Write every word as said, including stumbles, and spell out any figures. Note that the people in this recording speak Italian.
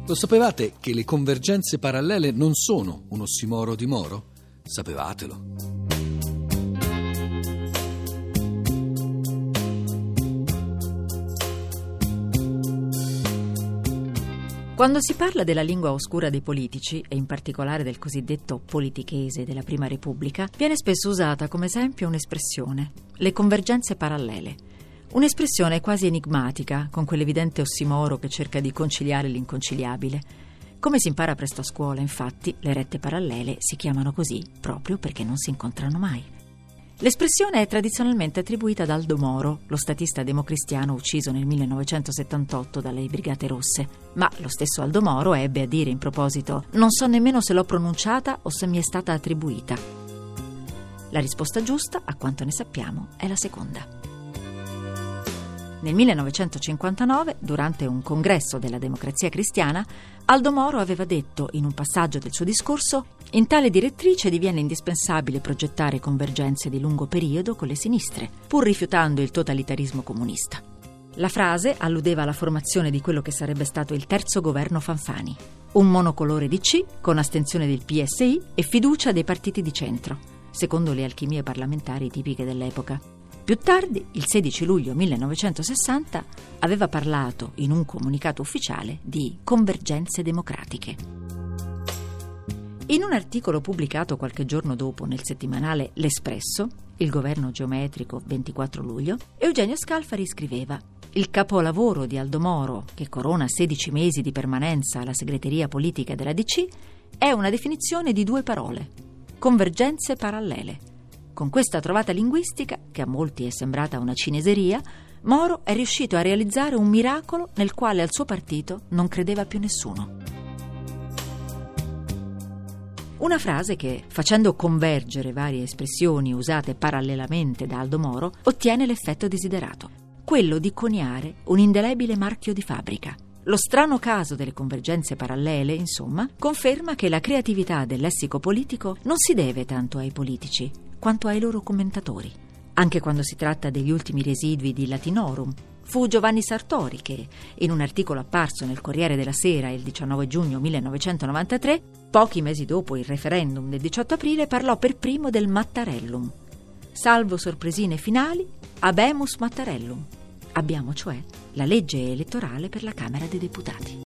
Lo sapevate che le convergenze parallele non sono un ossimoro di Moro? Sapevatelo. Quando si parla della lingua oscura dei politici, e in particolare del cosiddetto politichese della Prima Repubblica, viene spesso usata come esempio un'espressione, le convergenze parallele. Un'espressione quasi enigmatica, con quell'evidente ossimoro che cerca di conciliare l'inconciliabile. Come si impara presto a scuola, infatti, le rette parallele si chiamano così proprio perché non si incontrano mai. L'espressione è tradizionalmente attribuita ad Aldo Moro, lo statista democristiano ucciso nel millenovecentosettantotto dalle Brigate Rosse. Ma lo stesso Aldo Moro ebbe a dire in proposito: «Non so nemmeno se l'ho pronunciata o se mi è stata attribuita». La risposta giusta, a quanto ne sappiamo, è la seconda. Nel millenovecentocinquantanove, durante un congresso della Democrazia Cristiana, Aldo Moro aveva detto, in un passaggio del suo discorso: «In tale direttrice diviene indispensabile progettare convergenze di lungo periodo con le sinistre, pur rifiutando il totalitarismo comunista». La frase alludeva alla formazione di quello che sarebbe stato il terzo governo Fanfani, un monocolore D C con astensione del P S I e fiducia dei partiti di centro, secondo le alchimie parlamentari tipiche dell'epoca. Più tardi, il sedici luglio millenovecentosessanta, aveva parlato in un comunicato ufficiale di convergenze democratiche. In un articolo pubblicato qualche giorno dopo nel settimanale L'Espresso, Il governo geometrico, ventiquattro luglio, Eugenio Scalfari scriveva: «Il capolavoro di Aldo Moro, che corona sedici mesi di permanenza alla segreteria politica della D C, è una definizione di due parole: convergenze parallele». Con questa trovata linguistica, che a molti è sembrata una cineseria, Moro è riuscito a realizzare un miracolo nel quale al suo partito non credeva più nessuno. Una frase che, facendo convergere varie espressioni usate parallelamente da Aldo Moro, ottiene l'effetto desiderato, quello di coniare un indelebile marchio di fabbrica. Lo strano caso delle convergenze parallele, insomma, conferma che la creatività del lessico politico non si deve tanto ai politici quanto ai loro commentatori. Anche quando si tratta degli ultimi residui di Latinorum, fu Giovanni Sartori che, in un articolo apparso nel Corriere della Sera il diciannove giugno millenovecentonovantatré, pochi mesi dopo il referendum del diciotto aprile, parlò per primo del Mattarellum. Salvo sorpresine finali, habemus Mattarellum. Abbiamo, cioè, la legge elettorale per la Camera dei Deputati.